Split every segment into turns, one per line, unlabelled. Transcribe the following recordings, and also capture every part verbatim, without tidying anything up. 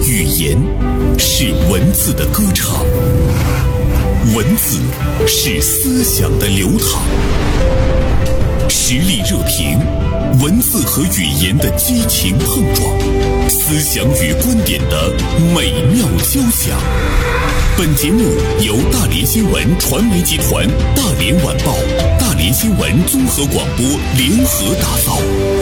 语言是文字的歌唱，文字是思想的流淌。实力热评，文字和语言的激情碰撞，思想与观点的美妙交响。本节目由大连新闻传媒集团、大连晚报、大连新闻综合广播联合打造。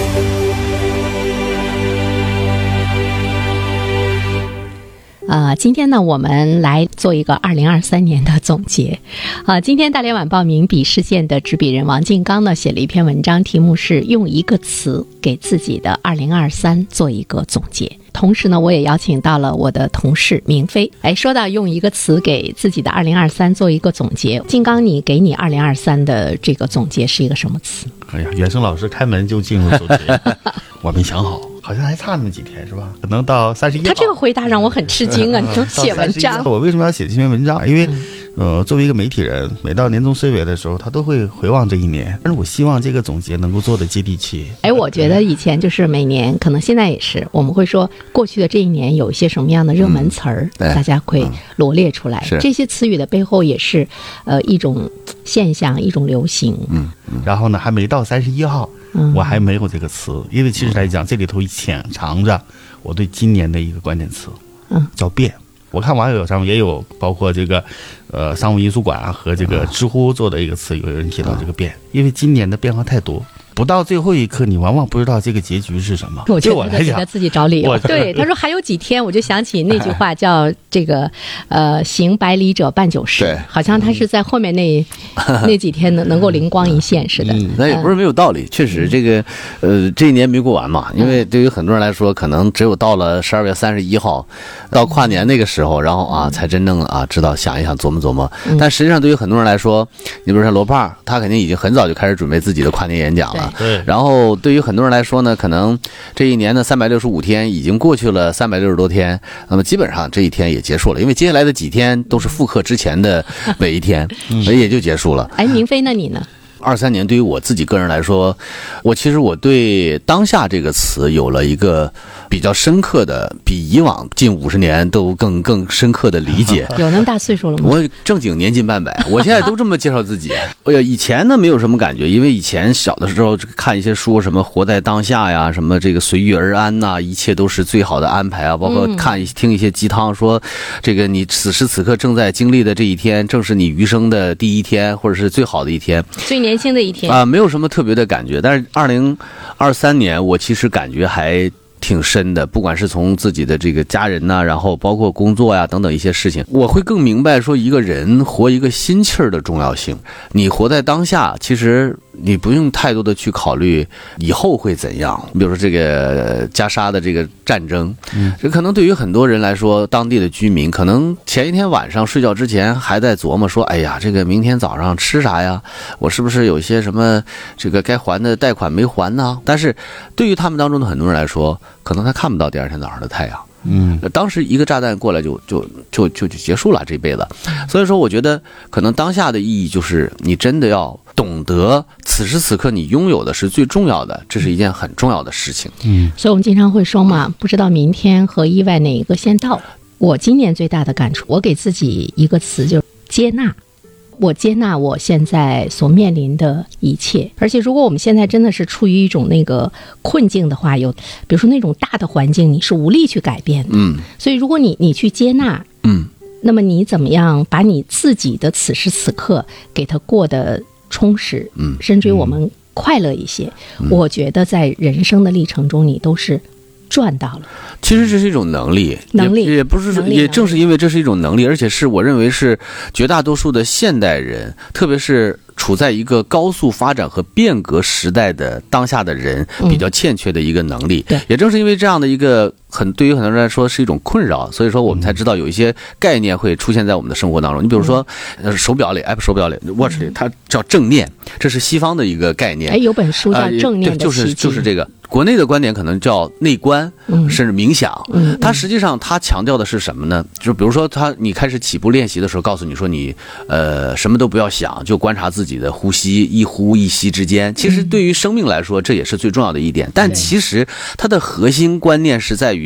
呃，今天呢，我们来做一个二零二三年的总结。呃，今天大连晚报名笔视线的执笔人王进刚呢，写了一篇文章，题目是用一个词给自己的二零二三做一个总结。同时呢，我也邀请到了我的同事明飞。哎，说到用一个词给自己的二零二三做一个总结，进刚，你给你二零二三的这个总结是一个什么词？
哎呀，原生老师开门就进入总结，我没想好。好像还差那么几天是吧？可能到三十一号。
他这个回答让我很吃惊啊！你说写文章，
我为什么要写这篇文章？因为，呃，作为一个媒体人，每到年终岁尾的时候，他都会回望这一年。但是我希望这个总结能够做得接地气。
哎，我觉得以前就是每年，可能现在也是，我们会说过去的这一年有一些什么样的热门词儿，嗯、大家会罗列出来。嗯、这些词语的背后也是，呃，一种现象，一种流行。
嗯，然后呢，还没到三十一号。我还没有这个词，因为其实来讲，这里头潜藏着我对今年的一个关键词，嗯，叫变。我看网友上也有，包括这个，呃，商务印书馆和这个知乎做的一个词，有人提到这个变，因为今年的变化太多。不到最后一刻，你往往不知道这个结局是什么。
我觉得他在给他自己找理由。对，他说还有几天，我就想起那句话叫这个呃，行百里者半九十。好像他是在后面那那几天能能够灵光一现似的。
嗯，那也不是没有道理。确实，这个呃，这一年没过完嘛。因为对于很多人来说，可能只有到了十二月三十一号，到跨年那个时候，然后啊，才真正啊知道想一想琢磨琢磨。但实际上，对于很多人来说，你比如说罗胖，他肯定已经很早就开始准备自己的跨年演讲了。
对，
然后对于很多人来说呢，可能这一年的三百六十五天已经过去了三百六十多天，那么基本上这一天也结束了，因为接下来的几天都是复刻之前的每一天，所以也就结束了。
哎，明飞，那你呢？
二三年对于我自己个人来说，我其实我对当下这个词有了一个比较深刻的，比以往近五十年都更更深刻的理解。
有那么大岁数了吗？
我正经年近半百，我现在都这么介绍自己。哎呀，以前呢没有什么感觉，因为以前小的时候看一些书，什么活在当下呀，什么这个随遇而安呐、啊，一切都是最好的安排啊，包括看听一些鸡汤说，这个你此时此刻正在经历的这一天，正是你余生的第一天，或者是最好的一天。
最年轻的一天
啊、呃，没有什么特别的感觉。但是二零二三年，我其实感觉还挺深的，不管是从自己的这个家人呐、啊，然后包括工作呀等等一些事情，我会更明白说一个人活一个心气儿的重要性。你活在当下，其实你不用太多的去考虑以后会怎样。比如说这个加沙的这个战争，嗯，这可能对于很多人来说，当地的居民可能前一天晚上睡觉之前还在琢磨说，哎呀，这个明天早上吃啥呀？我是不是有些什么这个该还的贷款没还呢？但是对于他们当中的很多人来说，可能他看不到第二天早上的太阳。嗯，当时一个炸弹过来就就就就就结束了这辈子。所以说我觉得可能当下的意义就是你真的要懂得此时此刻你拥有的是最重要的，这是一件很重要的事情。嗯，
所以我们经常会说嘛，不知道明天和意外哪一个先到。我今年最大的感触，我给自己一个词，就是接纳。我接纳我现在所面临的一切，而且如果我们现在真的是处于一种那个困境的话，有比如说那种大的环境你是无力去改变的，嗯，所以如果你你去接纳，嗯，那么你怎么样把你自己的此时此刻给它过得充实，嗯，甚至于我们快乐一些，嗯，我觉得在人生的历程中你都是赚到了。
其实这是一种能力，
能力
也, 也不是说，也正是因为这是一种能力，而且是我认为是绝大多数的现代人，特别是处在一个高速发展和变革时代的当下的人比较欠缺的一个能力。嗯，也正是因为这样的一个很对于很多人来说是一种困扰，所以说我们才知道有一些概念会出现在我们的生活当中。你比如说，呃，手表里 Apple 手表里 Watch 里，它叫正念，这是西方的一个概念。
哎，有本书叫《正念的奇迹》，
就是就是这个。国内的观点可能叫内观，甚至冥想。嗯，它实际上它强调的是什么呢？就比如说，它你开始起步练习的时候，告诉你说你呃什么都不要想，就观察自己的呼吸，一呼一吸之间。其实对于生命来说，这也是最重要的一点。但其实它的核心观念是在于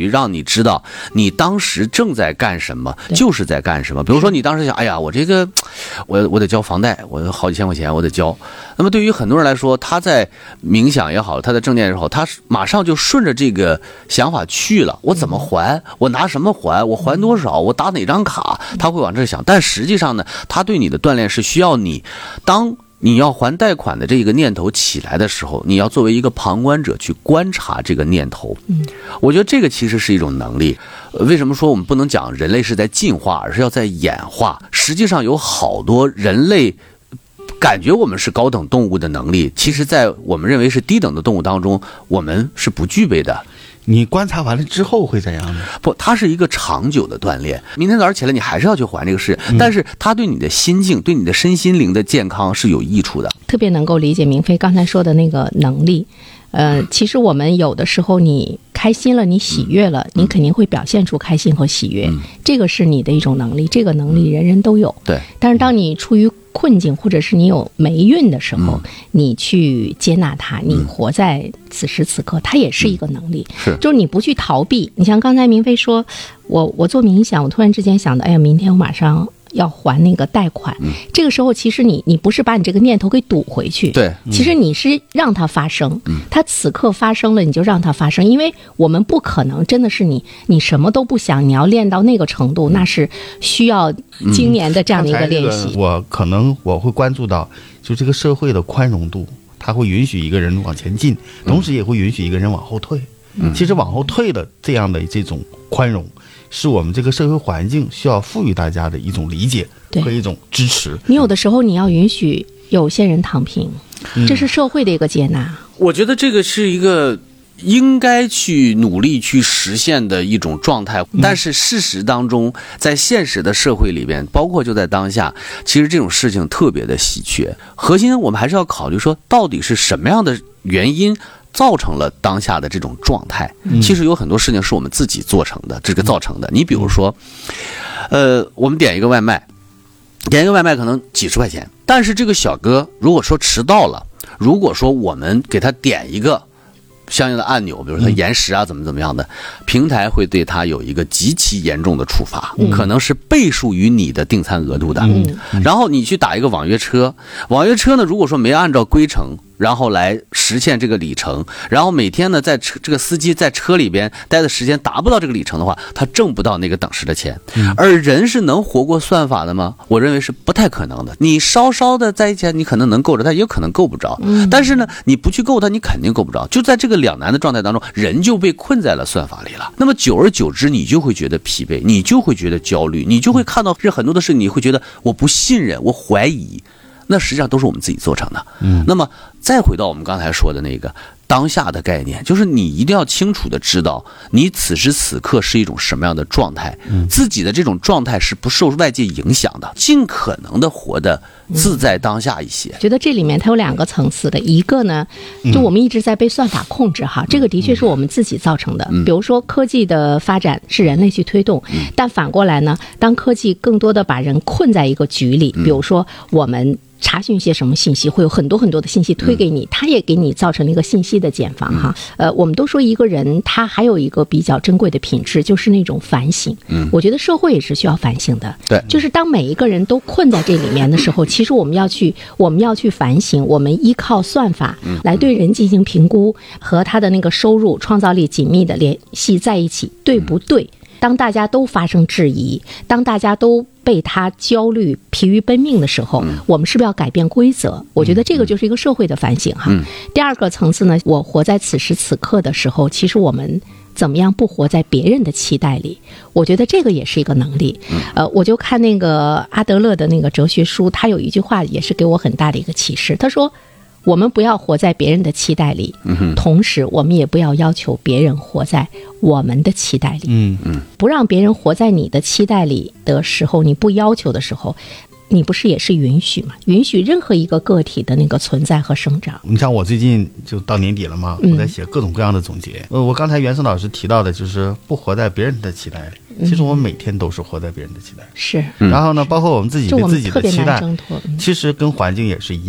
于让你知道你当时正在干什么，就是在干什么。比如说你当时想，哎呀，我这个我我得交房贷，我好几千块钱我得交。那么对于很多人来说，他在冥想也好，他在正念也好，他马上就顺着这个想法去了。我怎么还？我拿什么还？我还多少？我打哪张卡？他会往这想。但实际上呢，他对你的锻炼是需要你，当你要还贷款的这个念头起来的时候，你要作为一个旁观者去观察这个念头。嗯，我觉得这个其实是一种能力。为什么说我们不能讲人类是在进化，而是要在演化？实际上有好多人类感觉我们是高等动物的能力，其实在我们认为是低等的动物当中，我们是不具备的。
你观察完了之后会怎样呢？
不，它是一个长久的锻炼。明天早上起来你还是要去还这个事，嗯、但是它对你的心境、对你的身心灵的健康是有益处的。
特别能够理解明飞刚才说的那个能力。呃，其实我们有的时候你开心了，你喜悦了，嗯、你肯定会表现出开心和喜悦，嗯、这个是你的一种能力，这个能力人人都有。
对。
但是当你处于困境或者是你有霉运的时候，嗯、你去接纳它，你活在此时此刻，它也是一个能力。
嗯、是，
就是你不去逃避。你像刚才明飞说，我我做冥想，我突然之间想到，哎呀，明天我马上要还那个贷款，嗯、这个时候其实你你不是把你这个念头给堵回去，
对，
嗯、其实你是让它发生，嗯、它此刻发生了，你就让它发生，因为我们不可能真的是你你什么都不想，你要练到那个程度，嗯、那是需要经年的这样的一个练习。
嗯、我可能我会关注到，就这个社会的宽容度，它会允许一个人往前进，同时也会允许一个人往后退。嗯、其实往后退的这样的这种宽容，是我们这个社会环境需要赋予大家的一种理解和一种支持。
你有的时候你要允许有些人躺平，嗯、这是社会的一个接纳。
我觉得这个是一个应该去努力去实现的一种状态，但是事实当中，在现实的社会里边，包括就在当下，其实这种事情特别的稀缺。核心我们还是要考虑说，到底是什么样的原因造成了当下的这种状态。其实有很多事情是我们自己做成的，这个造成的。你比如说，呃，我们点一个外卖，点一个外卖可能几十块钱，但是这个小哥如果说迟到了，如果说我们给他点一个相应的按钮，比如说他延时啊，怎么怎么样的，平台会对他有一个极其严重的处罚，嗯、可能是倍数于你的订餐额度的。嗯嗯、然后你去打一个网约车，网约车呢，如果说没按照规程，然后来实现这个里程，然后每天呢，在车这个司机在车里边待的时间达不到这个里程的话，他挣不到那个等时的钱。嗯、而人是能活过算法的吗？我认为是不太可能的。你稍稍的在一起，你可能能够着，但也有可能够不着。嗯、但是呢，你不去够它，你肯定够不着。就在这个两难的状态当中，人就被困在了算法里了。那么久而久之，你就会觉得疲惫，你就会觉得焦虑，你就会看到这很多的事情，你会觉得我不信任，我怀疑。那实际上都是我们自己做成的。嗯，那么再回到我们刚才说的那个当下的概念，就是你一定要清楚的知道你此时此刻是一种什么样的状态，嗯、自己的这种状态是不受外界影响的，尽可能的活得自在当下一些。
嗯、觉得这里面它有两个层次的，一个呢，就我们一直在被算法控制哈，嗯、这个的确是我们自己造成的。嗯、比如说科技的发展是人类去推动，嗯、但反过来呢，当科技更多的把人困在一个局里，比如说我们查询一些什么信息，会有很多很多的信息推给你，它也给你造成了一个信息的茧房哈。呃，我们都说一个人他还有一个比较珍贵的品质，就是那种反省。嗯，我觉得社会也是需要反省的。
对，
就是当每一个人都困在这里面的时候，其实我们要去我们要去反省，我们依靠算法来对人进行评估，和他的那个收入、创造力紧密的联系在一起，对不对？当大家都发生质疑，当大家都被他焦虑、疲于奔命的时候，嗯、我们是不是要改变规则？我觉得这个就是一个社会的反省哈。嗯、第二个层次呢，我活在此时此刻的时候，其实我们怎么样不活在别人的期待里？我觉得这个也是一个能力。嗯、呃，我就看那个阿德勒的那个哲学书，他有一句话也是给我很大的一个启示。他说，我们不要活在别人的期待里，嗯、同时我们也不要要求别人活在我们的期待里。嗯嗯，不让别人活在你的期待里的时候，你不要求的时候，你不是也是允许吗？允许任何一个个体的那个存在和生长。
你像我最近就到年底了嘛，我在写各种各样的总结。呃、嗯，我刚才袁森老师提到的就是不活在别人的期待里。其实我们每天都是活在别人的期待。
是。
然后呢，包括我们自己对自己的期待，
嗯、
其实跟环境也是一样的。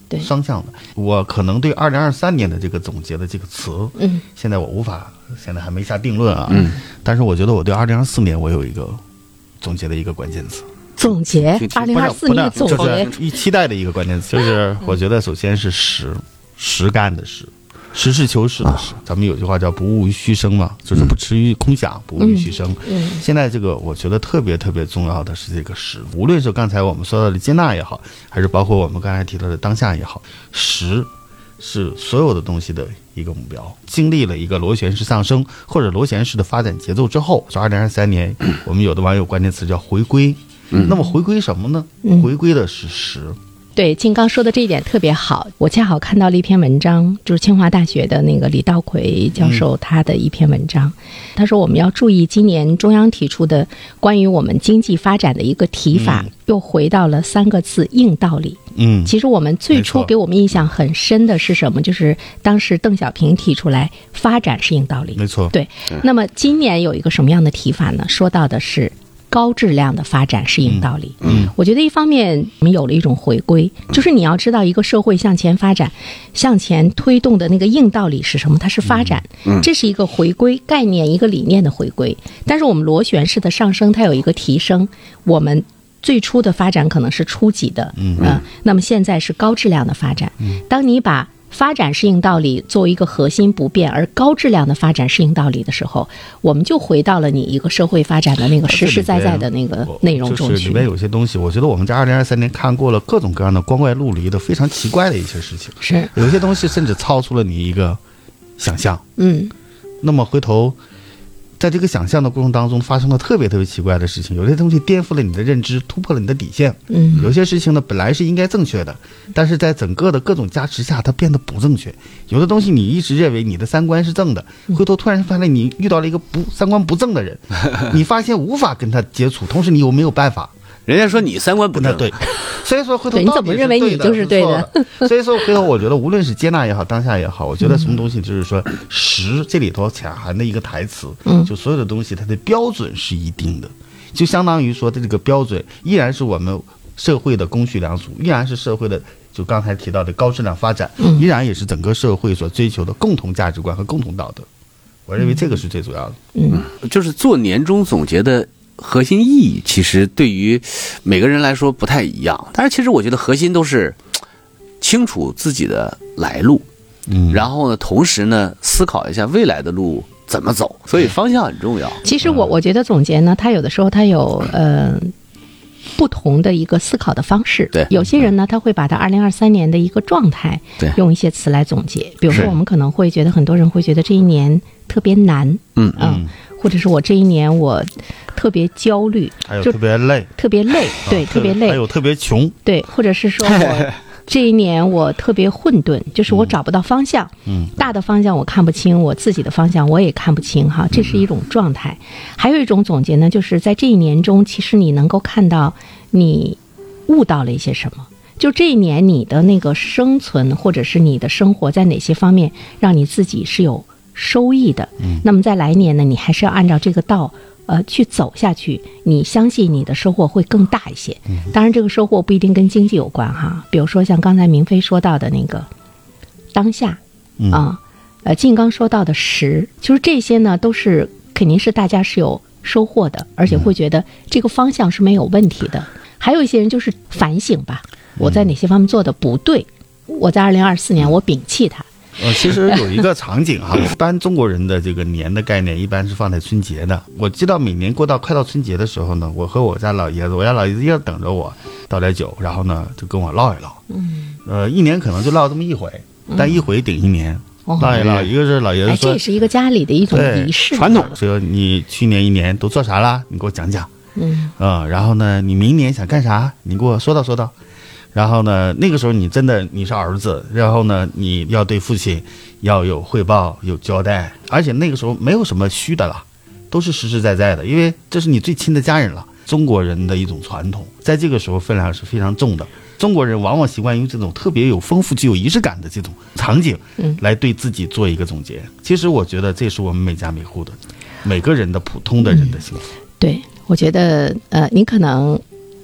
对，
双向的。我可能对二零二三年的这个总结的这个词，
嗯，
现在我无法，现在还没下定论啊。
嗯，
但是我觉得我对二零二四年我有一个总结的一个关键词。
总结二零二四年的总结，
就是一期待的一个关键词，就是我觉得首先是实，实干的实。实事求是的是，咱们有句话叫不误于虚声嘛，就是不驰于空想，不误于虚声。
嗯，
现在这个我觉得特别特别重要的是这个实，无论是刚才我们说到的接纳也好，还是包括我们刚才提到的当下也好，实是所有的东西的一个目标。经历了一个螺旋式上升或者螺旋式的发展节奏之后，说二零二三年，我们有的网友关键词叫回归。嗯，那么回归什么呢？回归的是实。
对，静刚说的这一点特别好，我恰好看到了一篇文章，就是清华大学的那个李道奎教授他的一篇文章，嗯、他说我们要注意今年中央提出的关于我们经济发展的一个提法，嗯、又回到了三个字硬道理。嗯，其实我们最初给我们印象很深的是什么？就是当时邓小平提出来发展是硬道理。
没错，
对。那么今年有一个什么样的提法呢？说到的是高质量的发展是硬道理。嗯，我觉得一方面我们有了一种回归，就是你要知道一个社会向前发展、向前推动的那个硬道理是什么？它是发展，嗯，这是一个回归概念、一个理念的回归。但是我们螺旋式的上升，它有一个提升。我们最初的发展可能是初级的，嗯、呃，那么现在是高质量的发展。当你把发展是硬道理作为一个核心不变，而高质量的发展是硬道理的时候，我们就回到了你一个社会发展的那个实实在在的那个内容中去。
就是里面有些东西，我觉得我们在二零二三年看过了各种各样的光怪陆离的非常奇怪的一些事情，
是
有些东西甚至超出了你一个想象。
嗯，
那么回头在这个想象的过程当中发生了特别特别奇怪的事情，有些东西颠覆了你的认知，突破了你的底线。嗯，有些事情呢本来是应该正确的，但是在整个的各种加持下它变得不正确。有的东西你一直认为你的三观是正的，回头突然发现你遇到了一个不三观不正的人，你发现无法跟他接触，同时你又没有办法，
人家说你三观不正，
对，所以说回头
你怎么认为你就是对的？
所以说回头我觉得无论是接纳也好，当下也好，我觉得什么东西就是说实这里头潜含的一个台词，嗯，就所有的东西它的标准是一定的，就相当于说的这个标准依然是我们社会的公序良俗，依然是社会的就刚才提到的高质量发展，依然也是整个社会所追求的共同价值观和共同道德。我认为这个是最主要的。
嗯，就是做年终总结的核心意义其实对于每个人来说不太一样，但是其实我觉得核心都是清楚自己的来路，嗯，然后呢同时呢思考一下未来的路怎么走，所以方向很重要。
其实我我觉得总结呢，它有的时候它有呃不同的一个思考的方式。
对，
有些人呢他会把他二零二三年的一个状态用一些词来总结，比如说我们可能会觉得很多人会觉得这一年特别难，嗯嗯、呃，或者是我这一年我特别焦虑，
还有特别累，
特别累，对，特别累，
还有特别穷，
对，或者是说我这一年我特别混沌，就是我找不到方向，嗯，大的方向我看不清，我自己的方向我也看不清哈，这是一种状态。还有一种总结呢，就是在这一年中，其实你能够看到你悟到了一些什么。就这一年你的那个生存或者是你的生活在哪些方面让你自己是有收益的，嗯，那么在来年呢，你还是要按照这个道呃，去走下去，你相信你的收获会更大一些。当然这个收获不一定跟经济有关哈，比如说像刚才明飞说到的那个当下啊，呃，静刚说到的实，就是这些呢都是肯定是大家是有收获的，而且会觉得这个方向是没有问题的。还有一些人就是反省吧，我在哪些方面做的不对，我在二零二四年我摒弃它。
呃，其实有一个场景哈，一般中国人的这个年的概念一般是放在春节的。我知道每年过到快到春节的时候呢，我和我家老爷子，我家老爷子要等着我倒点酒，然后呢就跟我唠一唠。嗯，呃，一年可能就唠这么一回，但一回顶一年。嗯、唠一唠，一个是老爷子说，
哎，这是一个家里的一种仪式
传统，说你去年一年都做啥啦？你给我讲讲。嗯，呃，然后呢，你明年想干啥？你给我说道说道。然后呢，那个时候你真的你是儿子，然后呢你要对父亲要有汇报有交代，而且那个时候没有什么虚的了，都是实实在在的，因为这是你最亲的家人了。中国人的一种传统在这个时候分量是非常重的，中国人往往习惯用这种特别有丰富具有仪式感的这种场景来对自己做一个总结。其实我觉得这是我们每家每户的每个人的普通的人的幸福。
嗯、对，我觉得呃你可能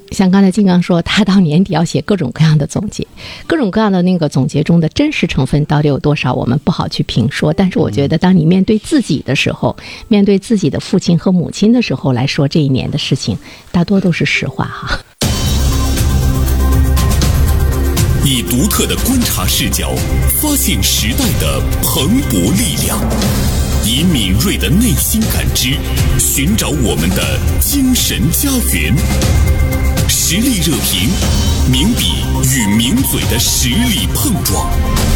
像刚才金刚说，他到年底要写各种各样的总结，各种各样的那个总结中的真实成分到底有多少，我们不好去评说。但是我觉得，当你面对自己的时候，面对自己的父亲和母亲的时候来说这一年的事情，大多都是实话哈。
以独特的观察视角，发现时代的蓬勃力量，以敏锐的内心感知，寻找我们的精神家园。实力热评，名笔与名嘴的实力碰撞。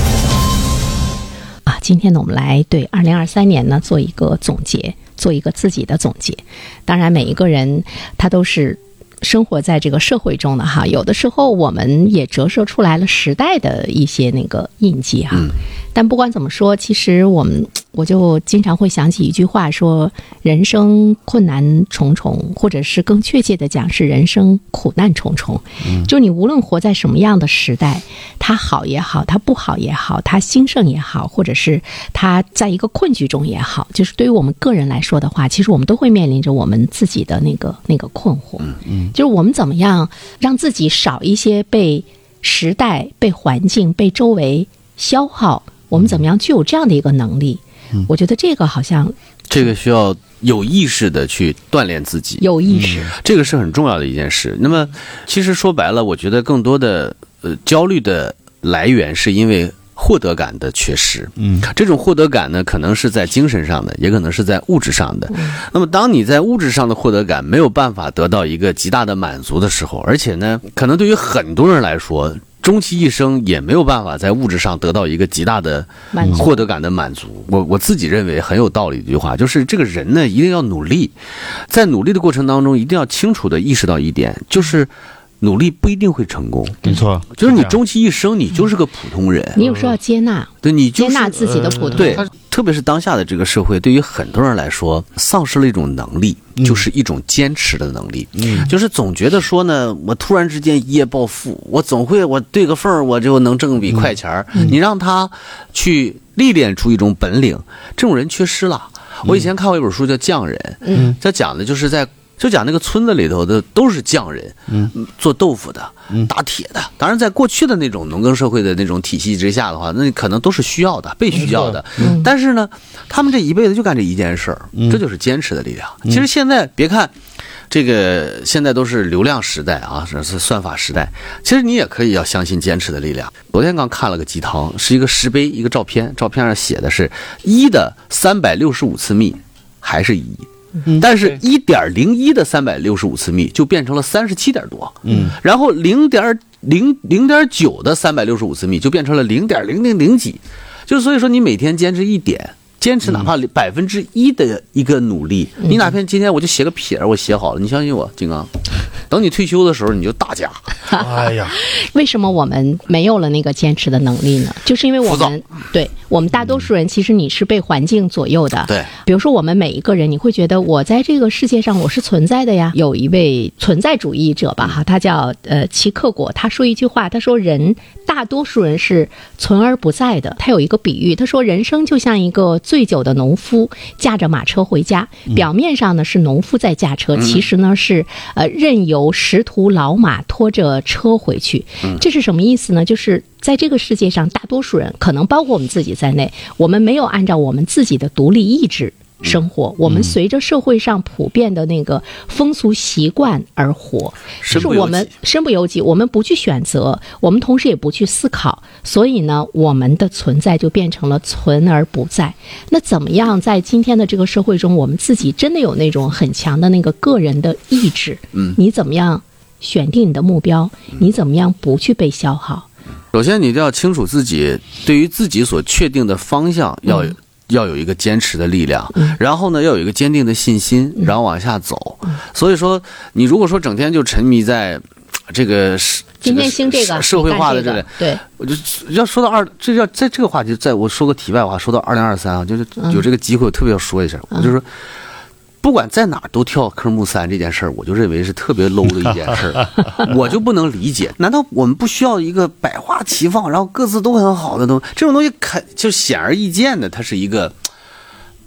啊，今天呢，我们来对二零二三年呢做一个总结，做一个自己的总结。当然，每一个人他都是生活在这个社会中的哈，有的时候我们也折射出来了时代的一些那个印记哈。嗯、但不管怎么说，其实我们我就经常会想起一句话说，人生困难重重，或者是更确切的讲是人生苦难重重。嗯、就你无论活在什么样的时代，它好也好，它不好也好，它兴盛也好，或者是它在一个困局中也好，就是对于我们个人来说的话，其实我们都会面临着我们自己的那个那个困惑。嗯嗯，就是我们怎么样让自己少一些被时代、被环境、被周围消耗，我们怎么样具有这样的一个能力？嗯、我觉得这个好像
这个需要有意识的去锻炼自己，
有意识、嗯，
这个是很重要的一件事。那么，其实说白了，我觉得更多的呃焦虑的来源是因为获得感的缺失。嗯，这种获得感呢，可能是在精神上的，也可能是在物质上的。嗯、那么，当你在物质上的获得感没有办法得到一个极大的满足的时候，而且呢，可能对于很多人来说，终其一生也没有办法在物质上得到一个极大的获得感的满足。我我自己认为很有道理的一句话，就是这个人呢一定要努力，在努力的过程当中，一定要清楚的意识到一点，就是努力不一定会成功。
没错，
就是你终其一生，你就是个普通人。
你有时候要接纳，
对，你、就是、
接纳自己的普通。
对，特别是当下的这个社会，对于很多人来说，丧失了一种能力，就是一种坚持的能力。嗯，就是总觉得说呢，我突然之间一夜暴富，我总会我对个缝我就能挣笔快钱。嗯、你让他去历练出一种本领，这种人缺失了。我以前看过一本书叫《匠人》，嗯，他讲的就是在。就讲那个村子里头的都是匠人，嗯，做豆腐的，打铁的。当然，在过去的那种农耕社会的那种体系之下的话，那可能都是需要的，被需要的。嗯、但是呢，他们这一辈子就干这一件事儿，这就是坚持的力量。嗯、其实现在别看这个，现在都是流量时代啊，这是算法时代。其实你也可以要相信坚持的力量。昨天刚看了个鸡汤，是一个石碑，一个照片，照片上写的是一的三百六十五次幂还是一。但是一点零一的三百六十五次幂就变成了三十七点多，嗯，然后零点零零点九的三百六十五次幂就变成了零点零零零几，就所以说你每天坚持一点，坚持哪怕百分之一的一个努力，嗯、你哪天今天我就写个撇，我写好了，你相信我，金刚，等你退休的时候你就大家。
哎呀，
为什么我们没有了那个坚持的能力呢？就是因为我们对我们大多数人，其实你是被环境左右的。对，比如说我们每一个人，你会觉得我在这个世界上我是存在的呀。有一位存在主义者吧，哈，他叫呃齐克果，他说一句话，他说人大多数人是存而不在的。他有一个比喻，他说人生就像一个醉酒的农夫驾着马车回家，表面上呢是农夫在驾车，其实呢是呃任由识途老马拖着车回去。这是什么意思呢？就是在这个世界上，大多数人，可能包括我们自己在内，我们没有按照我们自己的独立意志生活，我们随着社会上普遍的那个风俗习惯而活，就是我们身不由己，我们不去选择，我们同时也不去思考，所以呢，我们的存在就变成了存而不在。那怎么样在今天的这个社会中，我们自己真的有那种很强的那个个人的意志？嗯，你怎么样选定你的目标？你怎么样不去被消耗？
首先，你就要清楚自己对于自己所确定的方向要有、嗯、要有一个坚持的力量，嗯、然后呢，要有一个坚定的信心，然后往下走。嗯、所以说，你如果说整天就沉迷在这个
今天兴这个
社会化的这
个，对，
我就要说到二，这要在这个话题，在我说个题外话，说到二零二三啊，就是有这个机会，我特别要说一下，嗯、我就说。不管在哪儿都跳科目三这件事儿，我就认为是特别 low 的一件事儿，我就不能理解。难道我们不需要一个百花齐放，然后各自都很好的东西？这种东西肯就显而易见的，它是一个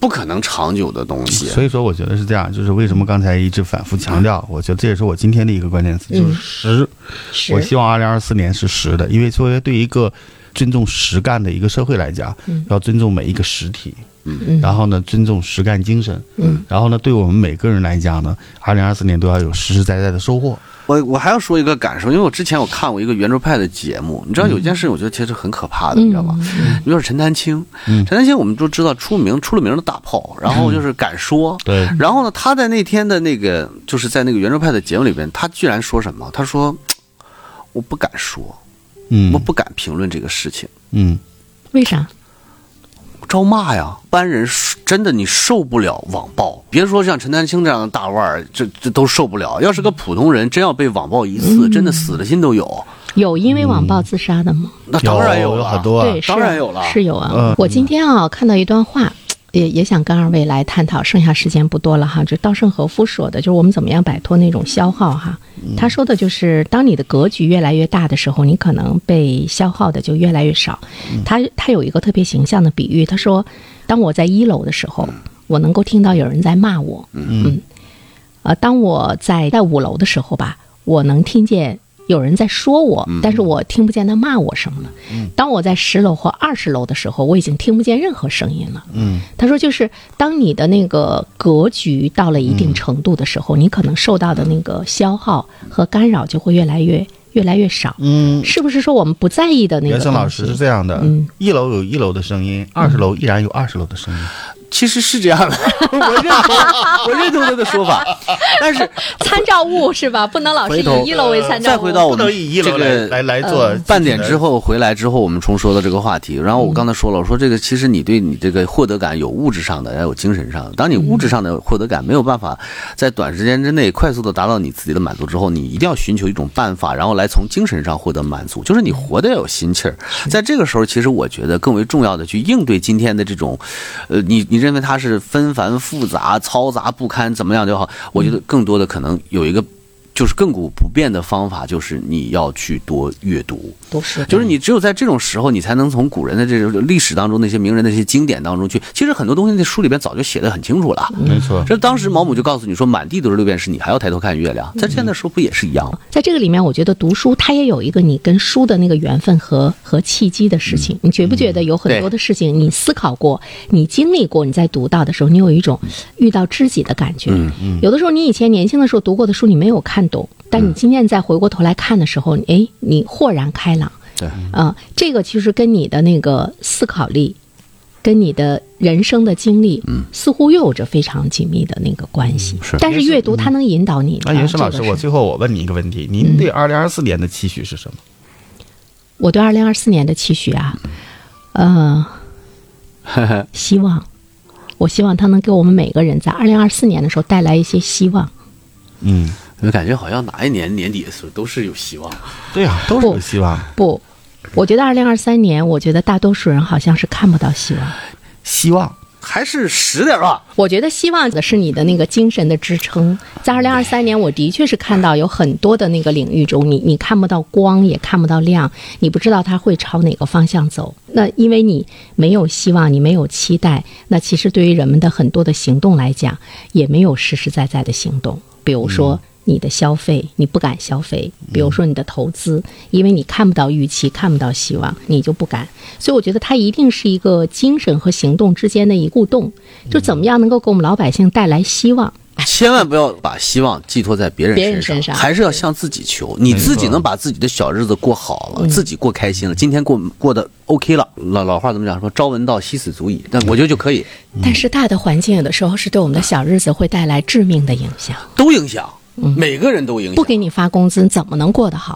不可能长久的东西。
所以说我觉得是这样，就是为什么刚才一直反复强调，我觉得这也是我今天的一个关键词，就是实、嗯、我希望二零二四年是实的，因为作为对一个尊重实干的一个社会来讲，嗯、要尊重每一个实体，嗯，然后呢尊重实干精神，嗯，然后呢对我们每个人来讲呢，二零二四年都要有实实在在的收获。
我我还要说一个感受，因为我之前我看过一个圆桌派的节目，你知道有一件事，我觉得其实很可怕的，嗯、你知道吗？你说陈丹青，嗯、陈丹青我们都知道出名出了名的大炮，然后就是敢说，
嗯、对，
然后呢，他在那天的那个就是在那个圆桌派的节目里边，他居然说什么？他说我不敢说，嗯，我不敢评论这个事情，
嗯，
为啥？
招骂呀！一般人真的你受不了网暴，别说像陈丹青这样的大腕儿，这这都受不了。要是个普通人，真要被网暴一次，嗯、真的死的心都有。
有因为网暴自杀的吗？
嗯、那当然有了，
有很多、啊，
对，
当然有了，
是有啊。
嗯、
我今天啊看到一段话。也也想跟二位来探讨，剩下时间不多了哈。就稻盛和夫说的，就是我们怎么样摆脱那种消耗哈。他说的就是，当你的格局越来越大的时候，你可能被消耗的就越来越少。他他有一个特别形象的比喻，他说，当我在一楼的时候，我能够听到有人在骂我，嗯，呃，当我在在五楼的时候吧，我能听见有人在说我，但是我听不见他骂我什么了。嗯、当我在十楼或二十楼的时候，我已经听不见任何声音了。嗯，他说就是当你的那个格局到了一定程度的时候，嗯、你可能受到的那个消耗和干扰就会越来越越来越少。嗯，是不是说我们不在意的那个？
袁生老师是这样的，嗯，一楼有一楼的声音，二十楼依然有二十楼的声音。
其实是这样的，我认同，我认同他的说法，但是
参照物是吧？不能老是以一楼为参照物。
再回到我们
这个来来做
半点之后回来之后，我们重说的这个话题。然后我刚才说了，我说这个其实你对你这个获得感有物质上的，也有精神上的。当你物质上的获得感没有办法在短时间之内快速的达到你自己的满足之后，你一定要寻求一种办法，然后来从精神上获得满足，就是你活得要有心气儿。在这个时候，其实我觉得更为重要的去应对今天的这种，呃，你你。认为它是纷繁复杂、嘈杂不堪，怎么样就好？我觉得更多的可能有一个就是亘古不变的方法，就是你要去多阅读，
读书，
就是你只有在这种时候，你才能从古人的这种历史当中那些名人的这些经典当中去。其实很多东西在书里边早就写得很清楚了，
没错。
这当时毛姆就告诉你说，满地都是六便士，你还要抬头看月亮。在现在时候不也是一样吗？
在这个里面，我觉得读书它也有一个你跟书的那个缘分和和契机的事情。你觉不觉得有很多的事情你思考过、你经历过，你在读到的时候，你有一种遇到知己的感觉。嗯嗯。有的时候你以前年轻的时候读过的书，你没有看懂。但你今天再回过头来看的时候，哎，你豁然开朗。
对，
啊、呃，这个其实跟你的那个思考力，跟你的人生的经历，嗯，似乎又有着非常紧密的那个关系。
是，
但是阅读它能引导你。
那袁生老师，我最后我问你一个问题：您对二零二四年的期许是什么？
我对二零二四年的期许啊，呃，希望，我希望它能给我们每个人在二零二四年的时候带来一些希望。
嗯。
我感觉好像哪一年年底的时候都是有希望。
对呀、啊，都是有希望。
不，我觉得二零二三年，我觉得大多数人好像是看不到希望。
希望
还是实点吧。
我觉得希望的是你的那个精神的支撑。在二零二三年，我的确是看到有很多的那个领域中，你你看不到光，也看不到亮，你不知道它会朝哪个方向走。那因为你没有希望，你没有期待，那其实对于人们的很多的行动来讲，也没有实实在在的行动。比如说。嗯你的消费，你不敢消费，比如说你的投资，因为你看不到预期，看不到希望，你就不敢。所以我觉得它一定是一个精神和行动之间的一个互动，就怎么样能够给我们老百姓带来希望。
千万不要把希望寄托在别人身上，
别人身上
还是要向自己求。你自己能把自己的小日子过好了，自己过开心了，今天过过得 OK 了。老老话怎么讲？说朝闻道，夕死足矣。但我觉得就可以。
但是大的环境有的时候是对我们的小日子会带来致命的影响，
都影响。嗯、每个人都影响。
不给你发工资，怎么能过得好？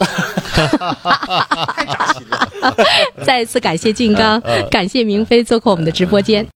太扎心了。
再一次感谢俊刚，感谢明飞做客我们的直播间。